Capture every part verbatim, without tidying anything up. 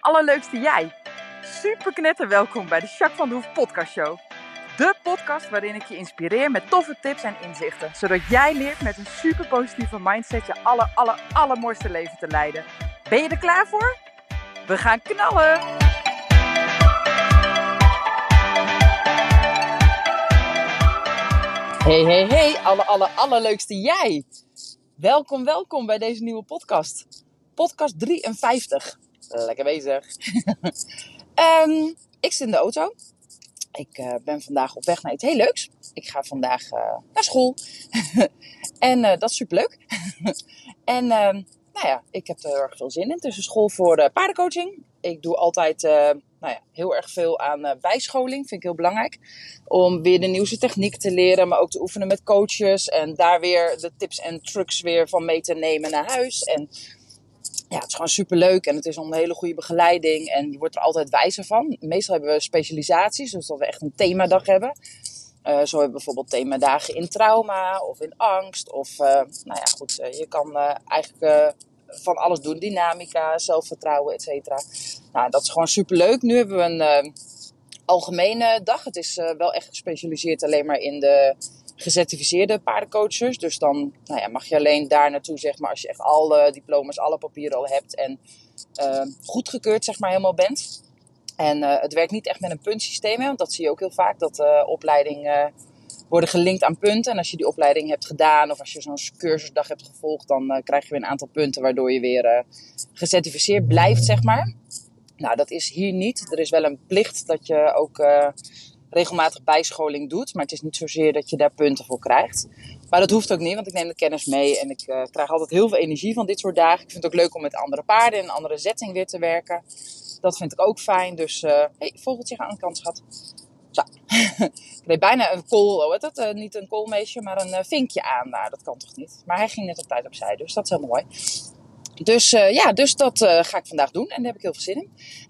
allerleukste jij. Super knetter welkom bij de Jacques van de Hoef podcast show. De podcast waarin ik je inspireer met toffe tips en inzichten. Zodat jij leert met een super positieve mindset je aller, aller, allermooiste leven te leiden. Ben je er klaar voor? We gaan knallen! Hey, hey, hey, alle, alle, allerleukste jij. Welkom, welkom bij deze nieuwe podcast. Podcast drieënvijftig. Lekker bezig. um, ik zit in de auto. Ik uh, ben vandaag op weg naar iets heel leuks. Ik ga vandaag uh, naar school. en uh, dat is superleuk. en uh, nou ja, ik heb er heel erg veel zin in. Tussen school voor uh, paardencoaching. Ik doe altijd uh, nou ja, heel erg veel aan uh, bijscholing. Vind ik heel belangrijk. Om weer de nieuwste techniek te leren. Maar ook te oefenen met coaches. En daar weer de tips en trucs weer van mee te nemen naar huis. En ja, het is gewoon superleuk. En het is een hele goede begeleiding. En je wordt er altijd wijzer van. Meestal hebben we specialisaties. Dus dat we echt een themadag hebben. Uh, zo hebben we bijvoorbeeld themadagen in trauma. Of in angst. Of uh, nou ja, goed. Uh, je kan uh, eigenlijk... Uh, van alles doen. Dynamica, zelfvertrouwen, et cetera. Nou, dat is gewoon superleuk. Nu hebben we een uh, algemene dag. Het is uh, wel echt gespecialiseerd alleen maar in de gecertificeerde paardencoachers. Dus dan nou ja, mag je alleen daar naartoe, zeg maar, als je echt alle diploma's, alle papieren al hebt en uh, goedgekeurd, zeg maar, helemaal bent. En uh, het werkt niet echt met een puntsysteem, hè, want dat zie je ook heel vaak, dat uh, opleiding... Uh, worden gelinkt aan punten. En als je die opleiding hebt gedaan of als je zo'n cursusdag hebt gevolgd, dan uh, krijg je weer een aantal punten waardoor je weer uh, gecertificeerd blijft, zeg maar. Nou, dat is hier niet. Er is wel een plicht dat je ook uh, regelmatig bijscholing doet, maar het is niet zozeer dat je daar punten voor krijgt. Maar dat hoeft ook niet, want ik neem de kennis mee en ik uh, krijg altijd heel veel energie van dit soort dagen. Ik vind het ook leuk om met andere paarden in een andere setting weer te werken. Dat vind ik ook fijn. Dus, uh, hey, vogeltje aan de kant, schat. Zo. Ik deed bijna een kool, hoe heet dat? Uh, niet een koolmeesje, maar een uh, vinkje aan. Nou, dat kan toch niet? Maar hij ging net op tijd opzij, dus dat is heel mooi. Dus uh, ja, dus dat uh, ga ik vandaag doen en daar heb ik heel veel zin in.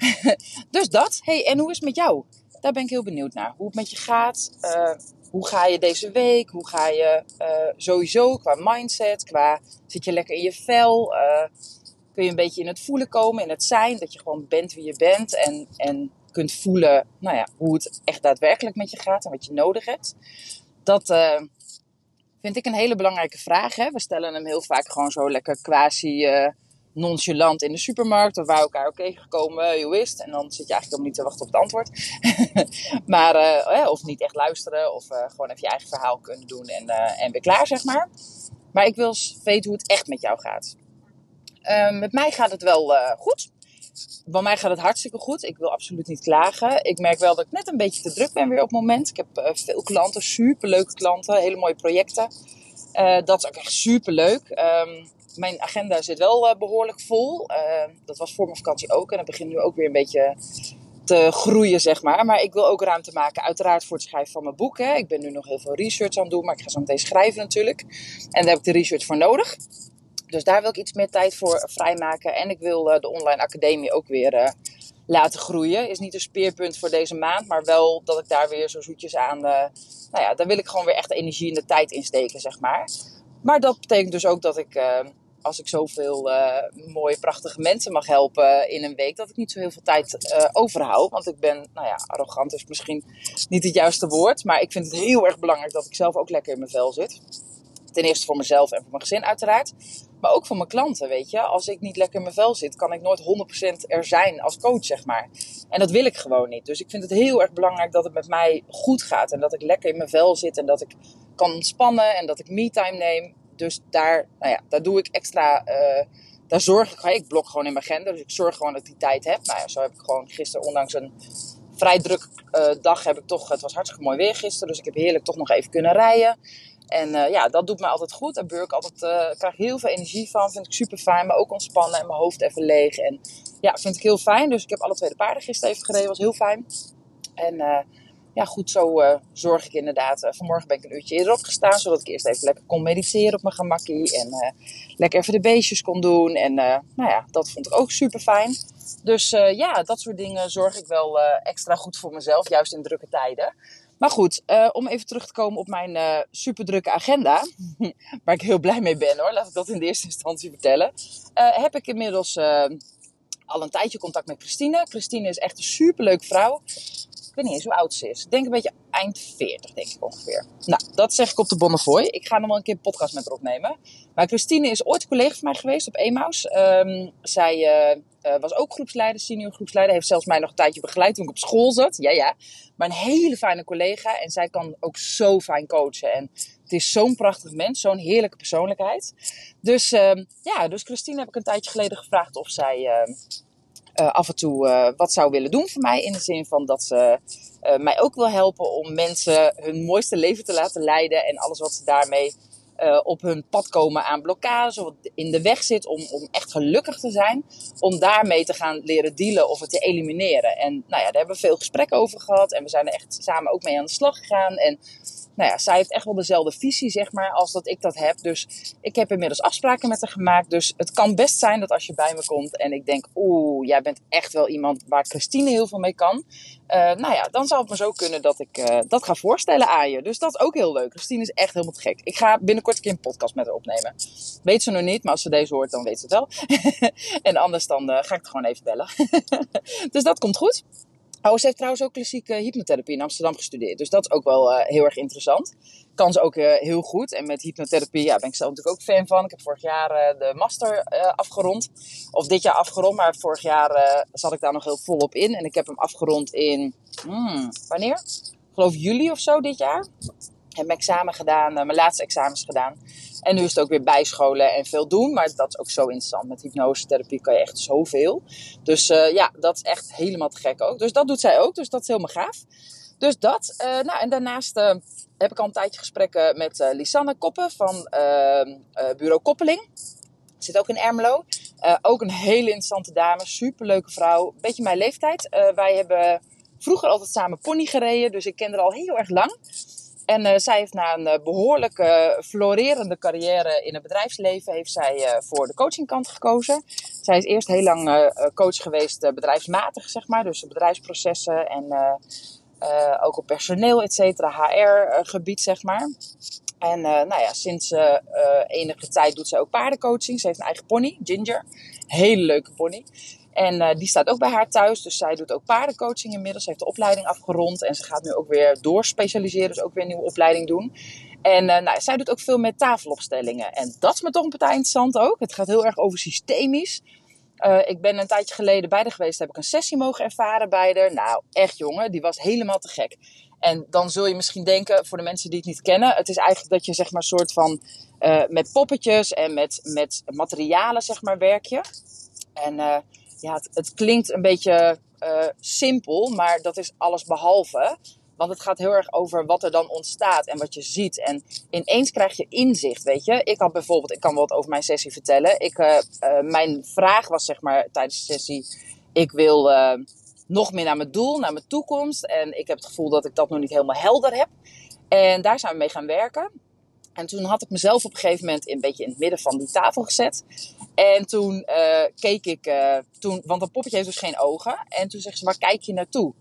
dus dat. Hey, en hoe is het met jou? Daar ben ik heel benieuwd naar. Hoe het met je gaat. Uh, hoe ga je deze week? Hoe ga je uh, sowieso qua mindset? Qua zit je lekker in je vel? Uh, kun je een beetje in het voelen komen, in het zijn. Dat je gewoon bent wie je bent en... en kunt voelen nou ja, hoe het echt daadwerkelijk met je gaat en wat je nodig hebt. Dat uh, vind ik een hele belangrijke vraag. Hè? We stellen hem heel vaak gewoon zo lekker quasi uh, nonchalant in de supermarkt. Of waar we elkaar ook tegengekomen, hoe is het? En dan zit je eigenlijk helemaal niet te wachten op het antwoord. maar, uh, of niet echt luisteren of uh, gewoon even je eigen verhaal kunnen doen en, uh, en weer klaar, zeg maar. Maar ik wil eens weten hoe het echt met jou gaat. Uh, met mij gaat het wel uh, goed. Bij mij gaat het hartstikke goed. Ik wil absoluut niet klagen. Ik merk wel dat ik net een beetje te druk ben weer op het moment. Ik heb uh, veel klanten, superleuke klanten, hele mooie projecten. Uh, dat is ook echt superleuk. Um, mijn agenda zit wel uh, behoorlijk vol. Uh, dat was voor mijn vakantie ook. En dat begint nu ook weer een beetje te groeien, zeg maar. Maar ik wil ook ruimte maken, uiteraard, voor het schrijven van mijn boek. Hè. Ik ben nu nog heel veel research aan het doen, maar ik ga zo meteen schrijven natuurlijk. En daar heb ik de research voor nodig. Dus daar wil ik iets meer tijd voor vrijmaken. En ik wil uh, de online academie ook weer uh, laten groeien. Is niet een speerpunt voor deze maand. Maar wel dat ik daar weer zo zoetjes aan... Uh, nou ja, daar wil ik gewoon weer echt de energie en de tijd in steken, zeg maar. Maar dat betekent dus ook dat ik... Uh, als ik zoveel uh, mooie, prachtige mensen mag helpen in een week... dat ik niet zo heel veel tijd uh, overhoud. Want ik ben... Nou ja, arrogant is misschien niet het juiste woord. Maar ik vind het heel erg belangrijk dat ik zelf ook lekker in mijn vel zit. Ten eerste voor mezelf en voor mijn gezin uiteraard. Maar ook voor mijn klanten, weet je. Als ik niet lekker in mijn vel zit, kan ik nooit honderd procent er zijn als coach, zeg maar. En dat wil ik gewoon niet. Dus ik vind het heel erg belangrijk dat het met mij goed gaat. En dat ik lekker in mijn vel zit en dat ik kan ontspannen en dat ik me-time neem. Dus daar, nou ja, daar doe ik extra... Uh, daar zorg ik... Ik blok gewoon in mijn agenda, dus ik zorg gewoon dat ik die tijd heb. Nou ja, zo heb ik gewoon gisteren, ondanks een vrij drukke uh, dag, heb ik toch... Het was hartstikke mooi weer gisteren, dus ik heb heerlijk toch nog even kunnen rijden. En uh, ja, dat doet mij altijd goed. Daar beur ik altijd, uh, krijg ik heel veel energie van. Vind ik super fijn. Maar ook ontspannen en mijn hoofd even leeg. En ja, vind ik heel fijn. Dus ik heb alle twee de paarden gisteren even gereden. Was heel fijn. En uh, ja, goed, zo uh, zorg ik inderdaad. Uh, vanmorgen ben ik een uurtje eerder opgestaan. Zodat ik eerst even lekker kon mediteren op mijn gemakkie. En uh, lekker even de beestjes kon doen. En uh, nou ja, dat vond ik ook super fijn. Dus uh, ja, dat soort dingen zorg ik wel uh, extra goed voor mezelf. Juist in drukke tijden. Maar goed, uh, om even terug te komen op mijn uh, superdrukke agenda. Waar ik heel blij mee ben hoor, laat ik dat in de eerste instantie vertellen. Uh, heb ik inmiddels uh, al een tijdje contact met Christine. Christine is echt een superleuke vrouw. Ik weet niet eens hoe oud ze is. Ik denk een beetje eind veertig, denk ik ongeveer. Nou, dat zeg ik op de Bonnefoy. Ik ga nog wel een keer een podcast met haar opnemen. Maar Christine is ooit collega van mij geweest op Emaus. Um, zij uh, uh, was ook groepsleider, senior groepsleider. Heeft zelfs mij nog een tijdje begeleid toen ik op school zat. Ja, ja. Maar een hele fijne collega. En zij kan ook zo fijn coachen. En het is zo'n prachtig mens. Zo'n heerlijke persoonlijkheid. Dus um, ja, dus Christine heb ik een tijdje geleden gevraagd of zij... Uh, Uh, af en toe uh, wat zou willen doen voor mij. In de zin van dat ze uh, mij ook wil helpen om mensen hun mooiste leven te laten leiden. En alles wat ze daarmee uh, op hun pad komen aan blokkades. Of wat in de weg zit om, om echt gelukkig te zijn. Om daarmee te gaan leren dealen of het te elimineren. En nou ja, daar hebben we veel gesprekken over gehad. En we zijn er echt samen ook mee aan de slag gegaan. En nou ja, zij heeft echt wel dezelfde visie, zeg maar, als dat ik dat heb. Dus ik heb inmiddels afspraken met haar gemaakt. Dus het kan best zijn dat als je bij me komt en ik denk, oeh, jij bent echt wel iemand waar Christine heel veel mee kan. Uh, nou ja, dan zou het maar zo kunnen dat ik uh, dat ga voorstellen aan je. Dus dat is ook heel leuk. Christine is echt helemaal te gek. Ik ga binnenkort een keer een podcast met haar opnemen. Weet ze nog niet, maar als ze deze hoort, dan weet ze het wel. En anders dan uh, ga ik het gewoon even bellen. Dus dat komt goed. Oh, ze heeft trouwens ook klassieke hypnotherapie in Amsterdam gestudeerd. Dus dat is ook wel uh, heel erg interessant. Kan ze ook uh, heel goed. En met hypnotherapie ja, ben ik zelf natuurlijk ook fan van. Ik heb vorig jaar uh, de master uh, afgerond. Of dit jaar afgerond. Maar vorig jaar uh, zat ik daar nog heel volop in. En ik heb hem afgerond in... Hmm, wanneer? Ik geloof juli of zo dit jaar. Ik heb mijn examen gedaan. Uh, mijn laatste examens gedaan. En nu is het ook weer bijscholen en veel doen. Maar dat is ook zo interessant. Met hypnosetherapie kan je echt zoveel. Dus uh, ja, dat is echt helemaal te gek ook. Dus dat doet zij ook. Dus dat is helemaal gaaf. Dus dat. Uh, nou, en daarnaast uh, heb ik al een tijdje gesprekken met uh, Lisanne Koppen van uh, uh, Bureau Koppeling. Zit ook in Ermelo. Uh, ook een hele interessante dame. Superleuke vrouw. Beetje mijn leeftijd. Uh, wij hebben vroeger altijd samen pony gereden. Dus ik ken haar al heel erg lang. En uh, zij heeft na een uh, behoorlijk uh, florerende carrière in het bedrijfsleven... heeft zij uh, voor de coachingkant gekozen. Zij is eerst heel lang uh, coach geweest, uh, bedrijfsmatig, zeg maar. Dus bedrijfsprocessen en uh, uh, ook op personeel, et cetera, H R-gebied, zeg maar. En uh, nou ja, sinds uh, uh, enige tijd doet zij ook paardencoaching. Ze heeft een eigen pony, Ginger. Hele leuke pony. En uh, die staat ook bij haar thuis. Dus zij doet ook paardencoaching inmiddels. Ze heeft de opleiding afgerond. En ze gaat nu ook weer doorspecialiseren. Dus ook weer een nieuwe opleiding doen. En uh, nou, zij doet ook veel met tafelopstellingen. En dat is me toch een partij interessant ook. Het gaat heel erg over systemisch. Uh, ik ben een tijdje geleden bij haar geweest. Heb ik een sessie mogen ervaren bij haar. Nou, echt jongen. Die was helemaal te gek. En dan zul je misschien denken, voor de mensen die het niet kennen... het is eigenlijk dat je zeg maar een soort van... Uh, met poppetjes en met, met materialen zeg maar werk je. En... Uh, Ja, het, het klinkt een beetje uh, simpel, maar dat is alles behalve. Want het gaat heel erg over wat er dan ontstaat en wat je ziet. En ineens krijg je inzicht, weet je. Ik had bijvoorbeeld, ik kan wel wat over mijn sessie vertellen. Ik, uh, uh, mijn vraag was zeg maar tijdens de sessie... ik wil uh, nog meer naar mijn doel, naar mijn toekomst. En ik heb het gevoel dat ik dat nog niet helemaal helder heb. En daar zijn we mee gaan werken. En toen had ik mezelf op een gegeven moment een beetje in het midden van die tafel gezet. En toen uh, keek ik, uh, toen, want een poppetje heeft dus geen ogen. En toen zegt ze, waar kijk je naartoe?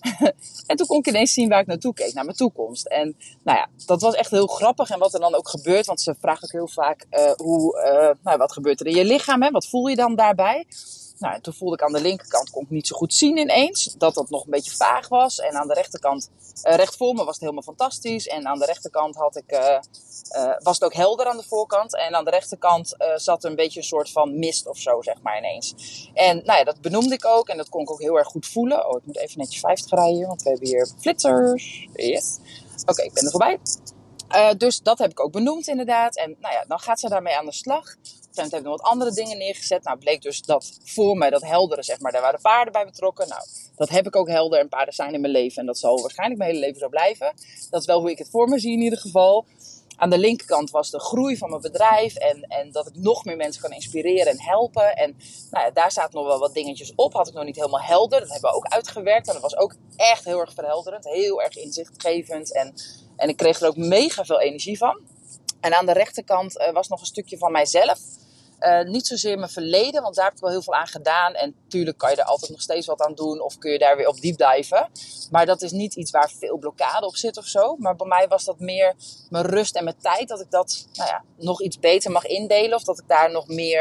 En toen kon ik ineens zien waar ik naartoe keek, naar mijn toekomst. En nou ja, dat was echt heel grappig. En wat er dan ook gebeurt, want ze vraagt ook heel vaak, uh, hoe, uh, nou, wat gebeurt er in je lichaam? Hè? Wat voel je dan daarbij? Nou, en toen voelde ik aan de linkerkant, kon ik niet zo goed zien ineens, dat dat nog een beetje vaag was. En aan de rechterkant, uh, recht voor me was het helemaal fantastisch. En aan de rechterkant had ik, uh, uh, was het ook helder aan de voorkant. En aan de rechterkant uh, zat een beetje een soort van mist of zo, zeg maar ineens. En nou ja, dat benoemde ik ook en dat kon ik ook heel erg goed voelen. Oh, ik moet even netjes vijftig rijden, want we hebben hier flitsers. Yes. Oké, okay, ik ben er voorbij. Uh, dus dat heb ik ook benoemd inderdaad. En nou ja, dan gaat ze daarmee aan de slag. Toen heb ik nog wat andere dingen neergezet. Nou, bleek dus dat voor mij, dat heldere, zeg maar, daar waren paarden bij betrokken. Nou, dat heb ik ook helder. En paarden zijn in mijn leven. En dat zal waarschijnlijk mijn hele leven zo blijven. Dat is wel hoe ik het voor me zie in ieder geval. Aan de linkerkant was de groei van mijn bedrijf. En, en dat ik nog meer mensen kan inspireren en helpen. En nou ja, daar zaten nog wel wat dingetjes op. Had ik nog niet helemaal helder. Dat hebben we ook uitgewerkt. En dat was ook echt heel erg verhelderend. Heel erg inzichtgevend. En, en ik kreeg er ook mega veel energie van. En aan de rechterkant uh, was nog een stukje van mijzelf. Uh, niet zozeer mijn verleden, want daar heb ik wel heel veel aan gedaan. En natuurlijk kan je er altijd nog steeds wat aan doen. Of kun je daar weer op deepdiven. Maar dat is niet iets waar veel blokkade op zit of zo. Maar bij mij was dat meer mijn rust en mijn tijd. Dat ik dat nou ja, nog iets beter mag indelen. Of dat ik daar nog meer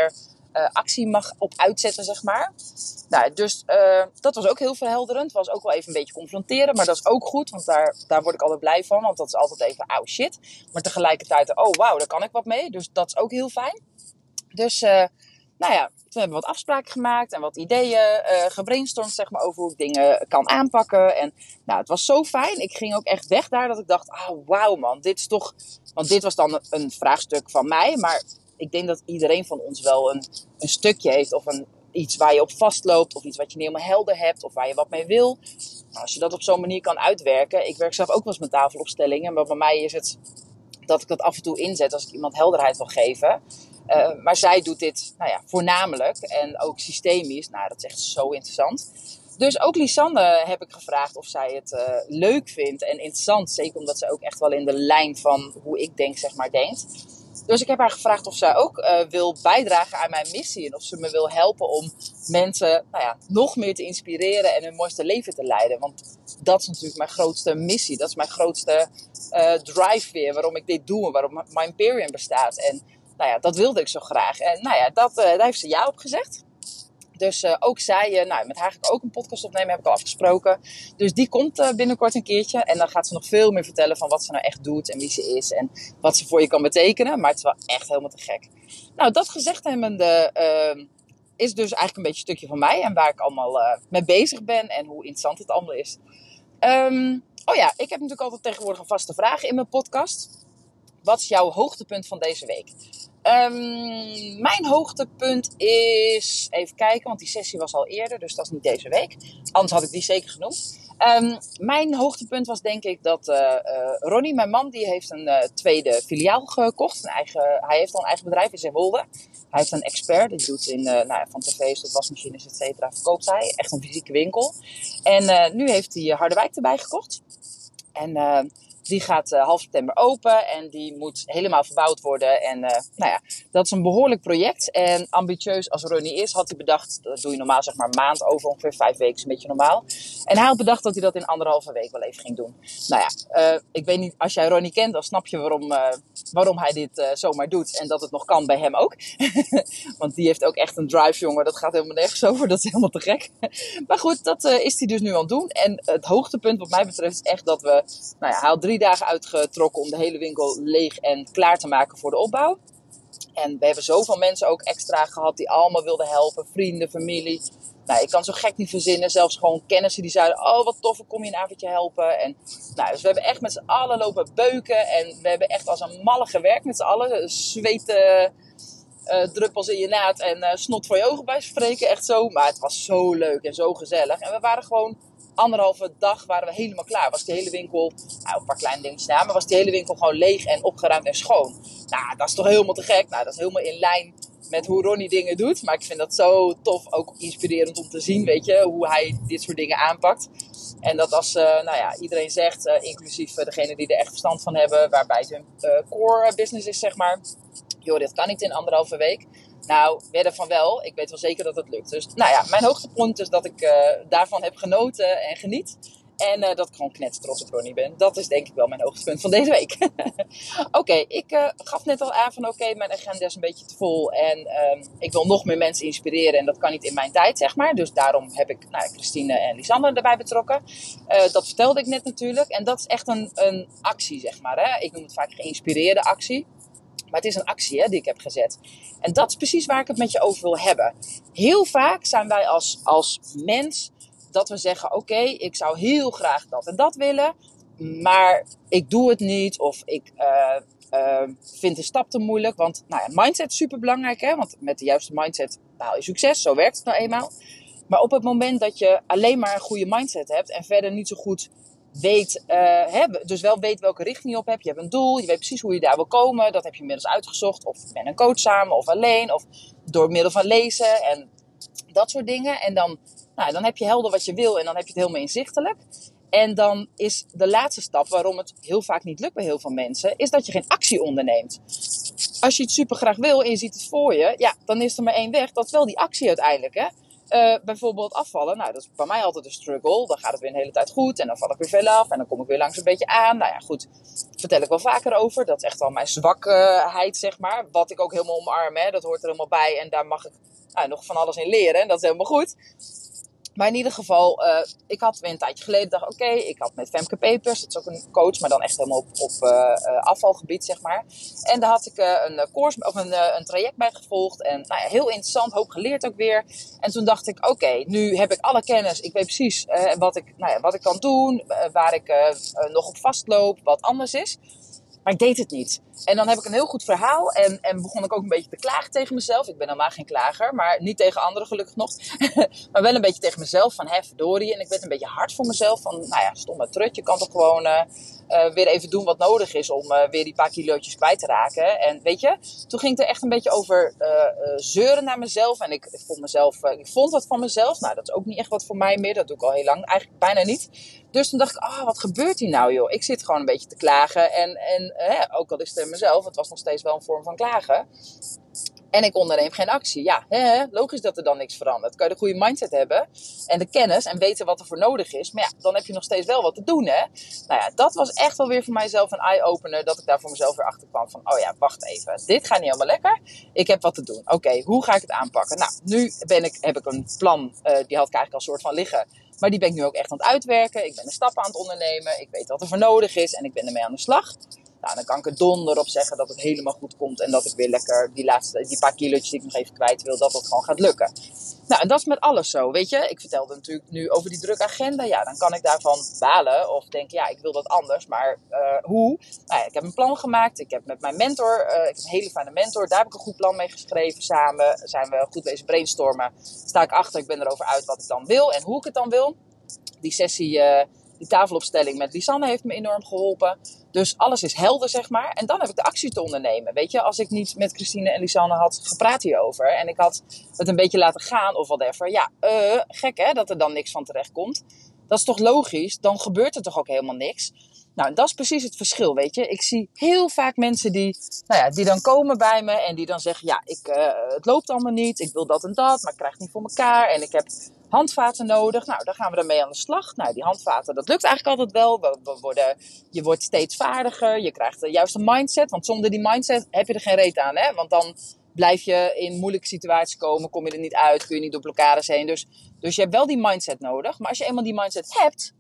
uh, actie mag op uitzetten, zeg maar. Nou, dus uh, dat was ook heel verhelderend. Was ook wel even een beetje confronteren. Maar dat is ook goed, want daar, daar word ik altijd blij van. Want dat is altijd even, oh shit. Maar tegelijkertijd, oh wauw, daar kan ik wat mee. Dus dat is ook heel fijn. Dus, uh, nou ja, toen hebben we wat afspraken gemaakt en wat ideeën uh, gebrainstormd, zeg maar, over hoe ik dingen kan aanpakken. En nou, het was zo fijn. Ik ging ook echt weg daar dat ik dacht, oh wauw man, dit is toch... Want dit was dan een vraagstuk van mij, maar ik denk dat iedereen van ons wel een, een stukje heeft of een, iets waar je op vastloopt of iets wat je niet helemaal helder hebt of waar je wat mee wil. Nou, als je dat op zo'n manier kan uitwerken. Ik werk zelf ook wel eens met tafelopstellingen, maar bij mij is het dat ik dat af en toe inzet als ik iemand helderheid wil geven. Uh, maar zij doet dit nou ja, voornamelijk en ook systemisch. Nou, dat is echt zo interessant. Dus ook Lisanne heb ik gevraagd of zij het uh, leuk vindt en interessant. Zeker omdat ze ook echt wel in de lijn van hoe ik denk, zeg maar, denkt. Dus ik heb haar gevraagd of zij ook uh, wil bijdragen aan mijn missie. En of ze me wil helpen om mensen nou ja, nog meer te inspireren en hun mooiste leven te leiden. Want dat is natuurlijk mijn grootste missie. Dat is mijn grootste uh, drive weer. Waarom ik dit doe en waarom My Imperium bestaat. En nou ja, dat wilde ik zo graag. En nou ja, dat, uh, daar heeft ze ja op gezegd. Dus uh, ook zij, uh, nou, met haar ga ik ook een podcast opnemen, heb ik al afgesproken. Dus die komt uh, binnenkort een keertje. En dan gaat ze nog veel meer vertellen van wat ze nou echt doet en wie ze is. En wat ze voor je kan betekenen. Maar het is wel echt helemaal te gek. Nou, dat gezegd hebbende uh, is dus eigenlijk een beetje een stukje van mij. En waar ik allemaal uh, mee bezig ben en hoe interessant het allemaal is. Um, oh ja, ik heb natuurlijk altijd tegenwoordig een vaste vraag in mijn podcast. Wat is jouw hoogtepunt van deze week? Um, mijn hoogtepunt is... Even kijken, want die sessie was al eerder. Dus dat is niet deze week. Anders had ik die zeker genoemd. Um, mijn hoogtepunt was denk ik dat uh, uh, Ronnie, mijn man, die heeft een uh, tweede filiaal gekocht. Een eigen, hij heeft al een eigen bedrijf in Zeewolde. Hij heeft een expert. Die doet in, uh, nou ja, van tv's tot wasmachines, et cetera. Verkoopt hij. Echt een fysieke winkel. En uh, nu heeft hij Harderwijk erbij gekocht. En... Uh, Die gaat uh, half september open en die moet helemaal verbouwd worden. En uh, nou ja, dat is een behoorlijk project. En ambitieus als Ronnie is, had hij bedacht, dat doe je normaal zeg maar een maand over, ongeveer vijf weken is een beetje normaal. En hij had bedacht dat hij dat in anderhalve week wel even ging doen. Nou ja, uh, ik weet niet, als jij Ronnie kent, dan snap je waarom, uh, waarom hij dit uh, zomaar doet. En dat het nog kan bij hem ook. Want die heeft ook echt een drive, jongen. Dat gaat helemaal nergens over, dat is helemaal te gek. Maar goed, dat uh, is hij dus nu aan het doen. En het hoogtepunt wat mij betreft is echt dat we, nou ja, hij had drie dagen uitgetrokken om de hele winkel leeg en klaar te maken voor de opbouw. En we hebben zoveel mensen ook extra gehad die allemaal wilden helpen. Vrienden, familie. Nou, ik kan zo gek niet verzinnen. Zelfs gewoon kennissen die zeiden, oh wat tof, kom je een avondje helpen. En, nou, dus we hebben echt met z'n allen lopen beuken. En we hebben echt als een malle gewerkt met z'n allen. Zweten, uh, druppels in je naad en uh, snot voor je ogen bij spreken. Echt zo. Maar het was zo leuk en zo gezellig. En we waren gewoon... Anderhalve dag waren we helemaal klaar. Was die hele winkel, nou een paar kleine dingetjes na, maar was die hele winkel gewoon leeg en opgeruimd en schoon. Nou, dat is toch helemaal te gek. Nou, dat is helemaal in lijn met hoe Ronnie dingen doet. Maar ik vind dat zo tof, ook inspirerend om te zien, weet je, hoe hij dit soort dingen aanpakt. En dat als, uh, nou ja, iedereen zegt, uh, inclusief uh, degene die er echt verstand van hebben, waarbij het hun uh, core business is, zeg maar. Joh, dit kan niet in anderhalve week. Nou, wedden van wel. Ik weet wel zeker dat het lukt. Dus nou ja, mijn hoogtepunt is dat ik uh, daarvan heb genoten en geniet. En uh, dat ik gewoon knettertrots op Ronnie ben. Dat is denk ik wel mijn hoogtepunt van deze week. Oké, okay, ik uh, gaf net al aan van oké, okay, mijn agenda is een beetje te vol. En uh, ik wil nog meer mensen inspireren. En dat kan niet in mijn tijd, zeg maar. Dus daarom heb ik nou, Christine en Lisanne erbij betrokken. Uh, dat vertelde ik net natuurlijk. En dat is echt een, een actie, zeg maar. Hè? Ik noem het vaak geïnspireerde actie. Maar het is een actie hè, die ik heb gezet. En dat is precies waar ik het met je over wil hebben. Heel vaak zijn wij als, als mens dat we zeggen... Oké, okay, ik zou heel graag dat en dat willen. Maar ik doe het niet. Of ik uh, uh, vind de stap te moeilijk. Want nou ja, mindset is super belangrijk. Hè? Want met de juiste mindset behaal je succes. Zo werkt het nou eenmaal. Maar op het moment dat je alleen maar een goede mindset hebt... en verder niet zo goed... weet, uh, hè, dus wel weet welke richting je op hebt. Je hebt een doel, je weet precies hoe je daar wil komen. Dat heb je inmiddels uitgezocht. Of met een coach samen, of alleen. Of door middel van lezen en dat soort dingen. En dan, nou, dan heb je helder wat je wil en dan heb je het helemaal inzichtelijk. En dan is de laatste stap, waarom het heel vaak niet lukt bij heel veel mensen, is dat je geen actie onderneemt. Als je het super graag wil en je ziet het voor je, ja, dan is er maar één weg. Dat is wel die actie uiteindelijk, hè. Uh, bijvoorbeeld afvallen, nou dat is bij mij altijd een struggle. Dan gaat het weer een hele tijd goed en dan val ik weer veel af en dan kom ik weer langs een beetje aan. Nou ja, goed, daar vertel ik wel vaker over. Dat is echt wel mijn zwakheid, zeg maar. Wat ik ook helemaal omarm, hè. Dat hoort er helemaal bij en daar mag ik nou, nog van alles in leren. En dat is helemaal goed. Maar in ieder geval, uh, ik had weer een tijdje geleden dacht, oké, okay, ik had met Femke Pepers, dat is ook een coach, maar dan echt helemaal op, op uh, uh, afvalgebied, zeg maar. En daar had ik uh, een course of een, uh, een traject bij gevolgd. En nou ja, heel interessant, hoop geleerd ook weer. En toen dacht ik, oké, okay, nu heb ik alle kennis. Ik weet precies uh, wat, ik, nou ja, wat ik kan doen, uh, waar ik uh, uh, nog op vastloop, wat anders is. Maar ik deed het niet. En dan heb ik een heel goed verhaal. En, en begon ik ook een beetje te klagen tegen mezelf. Ik ben helemaal geen klager. Maar niet tegen anderen gelukkig nog. Maar wel een beetje tegen mezelf. Van hè, verdorie. En ik werd een beetje hard voor mezelf. Van nou ja, stomme trut. Je kan toch gewoon uh, uh, weer even doen wat nodig is. Om uh, weer die paar kilootjes kwijt te raken. En weet je. Toen ging het er echt een beetje over uh, uh, zeuren naar mezelf. En ik, ik vond mezelf. Uh, ik vond wat van mezelf. Nou, dat is ook niet echt wat voor mij meer. Dat doe ik al heel lang. Eigenlijk bijna niet. Dus toen dacht ik, ah, oh, wat gebeurt hier nou, joh? Ik zit gewoon een beetje te klagen. En, en hè, ook al is het mezelf, het was nog steeds wel een vorm van klagen. En ik onderneem geen actie. Ja, hè, logisch dat er dan niks verandert. Kan je de goede mindset hebben en de kennis en weten wat er voor nodig is. Maar ja, dan heb je nog steeds wel wat te doen, hè. Nou ja, dat was echt wel weer voor mijzelf een eye-opener. Dat ik daar voor mezelf weer achter kwam van, oh ja, wacht even. Dit gaat niet helemaal lekker. Ik heb wat te doen. Oké, okay, hoe ga ik het aanpakken? Nou, nu ben ik, heb ik een plan. Uh, die had ik eigenlijk al soort van liggen. Maar die ben ik nu ook echt aan het uitwerken. Ik ben een stap aan het ondernemen. Ik weet wat er voor nodig is. En ik ben ermee aan de slag. Nou, dan kan ik er donder op zeggen dat het helemaal goed komt. En dat ik weer lekker die laatste, die paar kilo's die ik nog even kwijt wil, dat het gewoon gaat lukken. Nou, en dat is met alles zo, weet je. Ik vertelde natuurlijk nu over die drukke agenda. Ja, dan kan ik daarvan balen of denken, ja, ik wil dat anders. Maar uh, hoe? Nou ja, ik heb een plan gemaakt. Ik heb met mijn mentor, uh, ik heb een hele fijne mentor. Daar heb ik een goed plan mee geschreven. Samen zijn we goed bezig brainstormen. Sta ik achter, ik ben erover uit wat ik dan wil en hoe ik het dan wil. Die sessie, uh, die tafelopstelling met Lisanne heeft me enorm geholpen. Dus alles is helder, zeg maar. En dan heb ik de actie te ondernemen. Weet je, als ik niet met Christine en Lisanne had gepraat hierover. En ik had het een beetje laten gaan of whatever. Ja, uh, gek hè, dat er dan niks van terecht komt. Dat is toch logisch? Dan gebeurt er toch ook helemaal niks? Nou, dat is precies het verschil, weet je. Ik zie heel vaak mensen die, nou ja, die dan komen bij me en die dan zeggen, ja, ik, uh, het loopt allemaal niet. Ik wil dat en dat, maar ik krijg het niet voor elkaar. En ik heb handvaten nodig. Nou, dan gaan we ermee aan de slag. Nou, die handvaten, dat lukt eigenlijk altijd wel. We, we worden, je wordt steeds vaardiger. Je krijgt de juiste mindset. Want zonder die mindset heb je er geen reet aan, hè. Want dan blijf je in moeilijke situaties komen. Kom je er niet uit. Kun je niet door blokkades heen. Dus, dus je hebt wel die mindset nodig. Maar als je eenmaal die mindset hebt,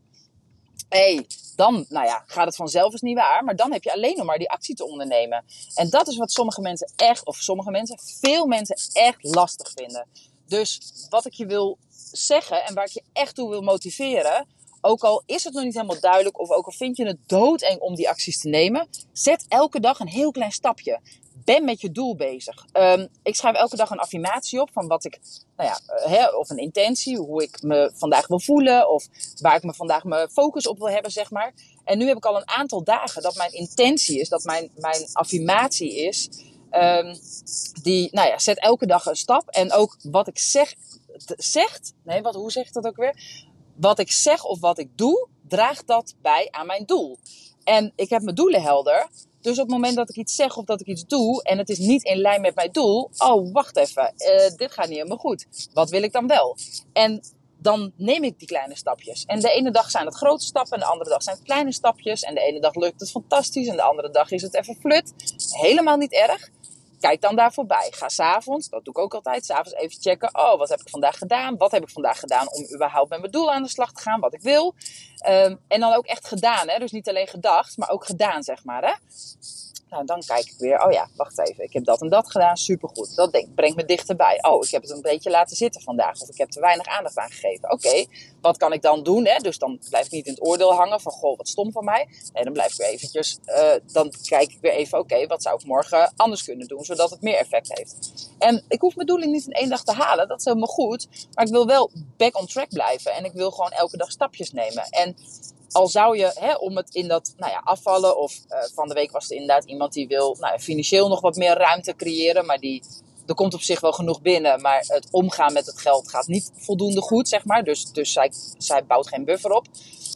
hé, hey, dan, nou ja, gaat het vanzelf, is niet waar. Maar dan heb je alleen nog maar die actie te ondernemen. En dat is wat sommige mensen echt, of sommige mensen, veel mensen echt lastig vinden. Dus wat ik je wil zeggen en waar ik je echt toe wil motiveren, ook al is het nog niet helemaal duidelijk of ook al vind je het doodeng om die acties te nemen, zet elke dag een heel klein stapje. Ben met je doel bezig. Um, ik schrijf elke dag een affirmatie op van wat ik, nou ja, uh, hè, of een intentie, hoe ik me vandaag wil voelen of waar ik me vandaag mijn focus op wil hebben, zeg maar. En nu heb ik al een aantal dagen dat mijn intentie is, dat mijn, mijn affirmatie is, um, die, nou ja, zet elke dag een stap. En ook wat ik zeg, zegt, nee, wat, hoe zeg ik dat ook weer? Wat ik zeg of wat ik doe, draagt dat bij aan mijn doel. En ik heb mijn doelen helder. Dus op het moment dat ik iets zeg of dat ik iets doe en het is niet in lijn met mijn doel, oh, wacht even, uh, dit gaat niet helemaal goed. Wat wil ik dan wel? En dan neem ik die kleine stapjes. En de ene dag zijn het grote stappen en de andere dag zijn het kleine stapjes. En de ene dag lukt het fantastisch en de andere dag is het even flut. Helemaal niet erg. Kijk dan daar voorbij. Ga 's avonds, dat doe ik ook altijd, 's avonds even checken. Oh, wat heb ik vandaag gedaan? Wat heb ik vandaag gedaan om überhaupt met mijn doel aan de slag te gaan? Wat ik wil. Um, en dan ook echt gedaan, hè? Dus niet alleen gedacht, maar ook gedaan, zeg maar, hè? Nou, dan kijk ik weer. Oh ja, wacht even. Ik heb dat en dat gedaan. Supergoed. Dat denk, brengt me dichterbij. Oh, ik heb het een beetje laten zitten vandaag. Of ik heb te weinig aandacht aan gegeven. Oké, okay, wat kan ik dan doen? Hè? Dus dan blijf ik niet in het oordeel hangen van, goh, wat stom van mij. Nee, dan blijf ik weer eventjes, uh, dan kijk ik weer even, oké, okay, wat zou ik morgen anders kunnen doen, zodat het meer effect heeft. En ik hoef mijn doelen niet in één dag te halen. Dat is helemaal goed. Maar ik wil wel back on track blijven. En ik wil gewoon elke dag stapjes nemen. En al zou je, hè, om het in dat, nou ja, afvallen of uh, van de week was er inderdaad iemand die wil, nou, financieel nog wat meer ruimte creëren, maar die, er komt op zich wel genoeg binnen, maar het omgaan met het geld gaat niet voldoende goed, zeg maar. Dus, dus zij, zij bouwt geen buffer op.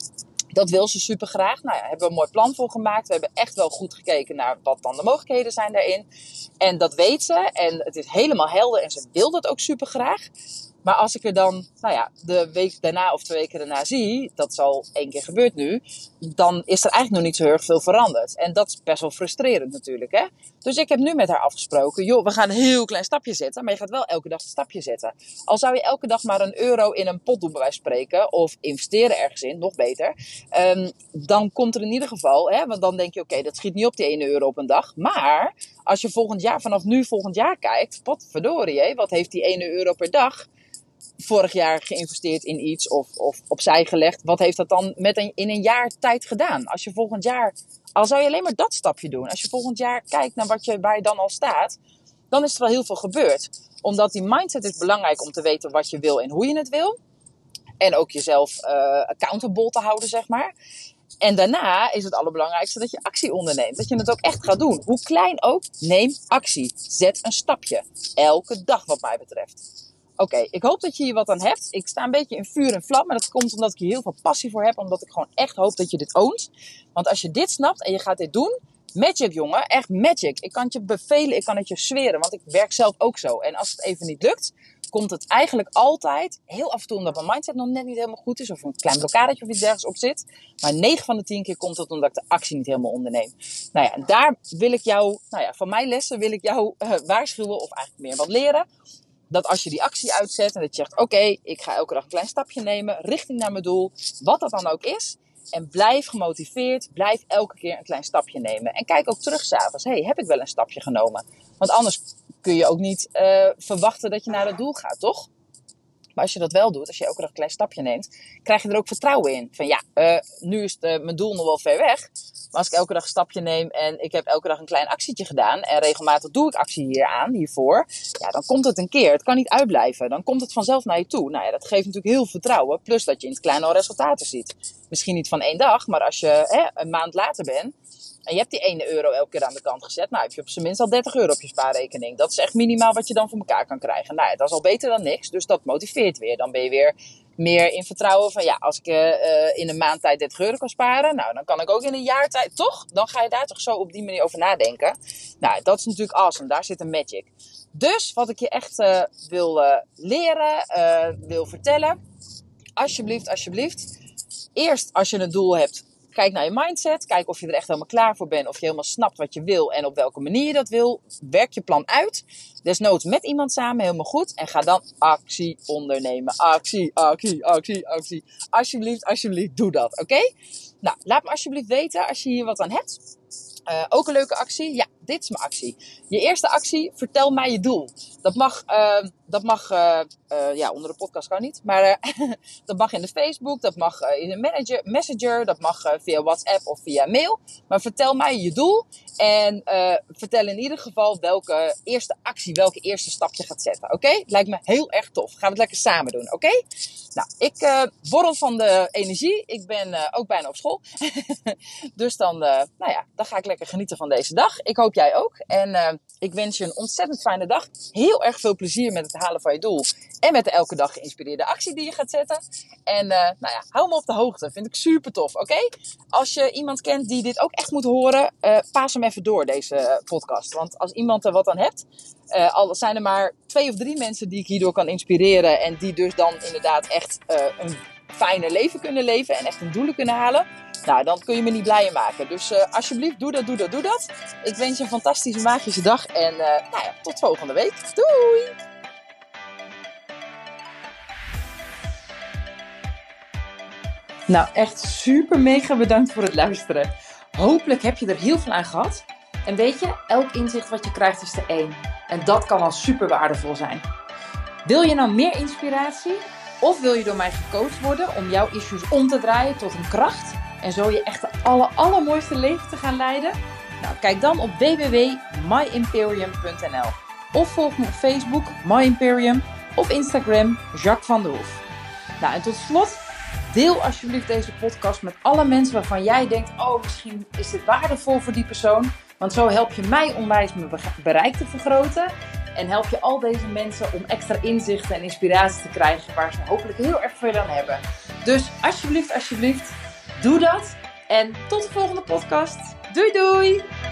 Dat wil ze super graag. Nou ja, hebben we een mooi plan voor gemaakt. We hebben echt wel goed gekeken naar wat dan de mogelijkheden zijn daarin. En dat weet ze. En het is helemaal helder en ze wil dat ook super graag. Maar als ik er dan, nou ja, de week daarna of twee weken daarna zie, dat is al één keer gebeurd nu, dan is er eigenlijk nog niet zo heel erg veel veranderd. En dat is best wel frustrerend natuurlijk, hè. Dus ik heb nu met haar afgesproken, joh, we gaan een heel klein stapje zetten, maar je gaat wel elke dag een stapje zetten. Al zou je elke dag maar een euro in een pot doen, bij wijze van spreken, of investeren ergens in, nog beter, um, dan komt er in ieder geval, hè, want dan denk je, oké, okay, dat schiet niet op die ene euro op een dag, maar als je volgend jaar, vanaf nu volgend jaar kijkt, wat verdorie, hè, wat heeft die ene euro per dag vorig jaar geïnvesteerd in iets of, of opzij gelegd. Wat heeft dat dan met een, in een jaar tijd gedaan? Als je volgend jaar, al zou je alleen maar dat stapje doen. Als je volgend jaar kijkt naar wat je, waar je dan al staat, dan is er al heel veel gebeurd. Omdat die mindset is belangrijk om te weten wat je wil en hoe je het wil. En ook jezelf uh, accountable te houden, zeg maar. En daarna is het allerbelangrijkste dat je actie onderneemt. Dat je het ook echt gaat doen. Hoe klein ook, neem actie. Zet een stapje. Elke dag wat mij betreft. Oké, okay, ik hoop dat je hier wat aan hebt. Ik sta een beetje in vuur en vlam. Maar dat komt omdat ik hier heel veel passie voor heb. Omdat ik gewoon echt hoop dat je dit oont. Want als je dit snapt en je gaat dit doen. Magic, jongen. Echt magic. Ik kan het je bevelen. Ik kan het je zweren. Want ik werk zelf ook zo. En als het even niet lukt, komt het eigenlijk altijd, heel af en toe omdat mijn mindset nog net niet helemaal goed is. Of een klein blokkadetje of iets dergelijks op zit. Maar negen van de tien keer komt het omdat ik de actie niet helemaal onderneem. Nou ja, en daar wil ik jou, nou ja, van mijn lessen wil ik jou uh, waarschuwen. Of eigenlijk meer wat leren. Dat als je die actie uitzet en dat je zegt, oké, okay, ik ga elke dag een klein stapje nemen, richting naar mijn doel, wat dat dan ook is. En blijf gemotiveerd, blijf elke keer een klein stapje nemen. En kijk ook terug s'avonds, hey, heb ik wel een stapje genomen? Want anders kun je ook niet uh, verwachten dat je naar het doel gaat, toch? Maar als je dat wel doet, als je elke dag een klein stapje neemt, krijg je er ook vertrouwen in. Van ja, uh, nu is de, mijn doel nog wel ver weg. Maar als ik elke dag een stapje neem en ik heb elke dag een klein actietje gedaan. En regelmatig doe ik actie hier aan, hiervoor. Ja, dan komt het een keer. Het kan niet uitblijven. Dan komt het vanzelf naar je toe. Nou ja, dat geeft natuurlijk heel veel vertrouwen. Plus dat je in het kleine al resultaten ziet. Misschien niet van één dag, maar als je hè, een maand later bent. En je hebt die ene euro elke keer aan de kant gezet. Nou, heb je op zijn minst al dertig euro op je spaarrekening. Dat is echt minimaal wat je dan voor elkaar kan krijgen. Nou ja, dat is al beter dan niks. Dus dat motiveert weer. Dan ben je weer meer in vertrouwen van ja, als ik uh, in een maand tijd dertig euro kan sparen. Nou, dan kan ik ook in een jaar tijd, toch? Dan ga je daar toch zo op die manier over nadenken. Nou, dat is natuurlijk awesome. Daar zit een magic. Dus wat ik je echt uh, wil uh, leren, uh, wil vertellen. Alsjeblieft, alsjeblieft. Eerst als je een doel hebt. Kijk naar je mindset. Kijk of je er echt helemaal klaar voor bent. Of je helemaal snapt wat je wil. En op welke manier je dat wil. Werk je plan uit. Desnoods met iemand samen. Helemaal goed. En ga dan actie ondernemen. Actie, actie, actie, actie. Alsjeblieft, alsjeblieft, doe dat. Oké? Okay? Nou, laat me alsjeblieft weten als je hier wat aan hebt. Uh, ook een leuke actie. Ja, dit is mijn actie. Je eerste actie, vertel mij je doel. Dat mag, uh, dat mag uh, uh, ja, onder de podcast kan niet. Maar uh, dat mag in de Facebook, dat mag uh, in een manager, messenger, dat mag uh, via WhatsApp of via mail. Maar vertel mij je doel. En uh, vertel in ieder geval welke eerste actie, welke eerste stap je gaat zetten. Oké? Okay? Lijkt me heel erg tof. Gaan we het lekker samen doen. Oké? Okay? Nou, ik uh, borrel van de energie. Ik ben uh, ook bijna op school. Dus dan, uh, nou ja, dan ga ik lekker genieten van deze dag. Ik hoop jij ook. En uh, ik wens je een ontzettend fijne dag. Heel erg veel plezier met het halen van je doel. En met de elke dag geïnspireerde actie die je gaat zetten. En uh, nou ja, hou me op de hoogte. Vind ik super tof. Oké? Okay? Als je iemand kent die dit ook echt moet horen, uh, paas hem even door deze podcast. Want als iemand er wat aan hebt, uh, al zijn er maar twee of drie mensen die ik hierdoor kan inspireren. En die dus dan inderdaad echt uh, een fijner leven kunnen leven. En echt hun doelen kunnen halen. Nou, dan kun je me niet blijer maken. Dus uh, alsjeblieft, doe dat, doe dat, doe dat. Ik wens je een fantastische, magische dag. En uh, nou ja, tot volgende week. Doei! Nou, echt super mega bedankt voor het luisteren. Hopelijk heb je er heel veel aan gehad. En weet je, elk inzicht wat je krijgt is de één. En dat kan al super waardevol zijn. Wil je nou meer inspiratie? Of wil je door mij gecoacht worden om jouw issues om te draaien tot een kracht? En zo je echt de aller, allermooiste leven te gaan leiden? Nou, kijk dan op w w w punt my imperium punt n l. Of volg me op Facebook, MyImperium. Of Instagram, Jacques van der Hoef. Nou, en tot slot, deel alsjeblieft deze podcast met alle mensen waarvan jij denkt, oh, misschien is dit waardevol voor die persoon. Want zo help je mij onwijs mijn bereik te vergroten. En help je al deze mensen om extra inzichten en inspiratie te krijgen waar ze hopelijk heel erg veel aan hebben. Dus alsjeblieft, alsjeblieft, doe dat. En tot de volgende podcast. Doei doei!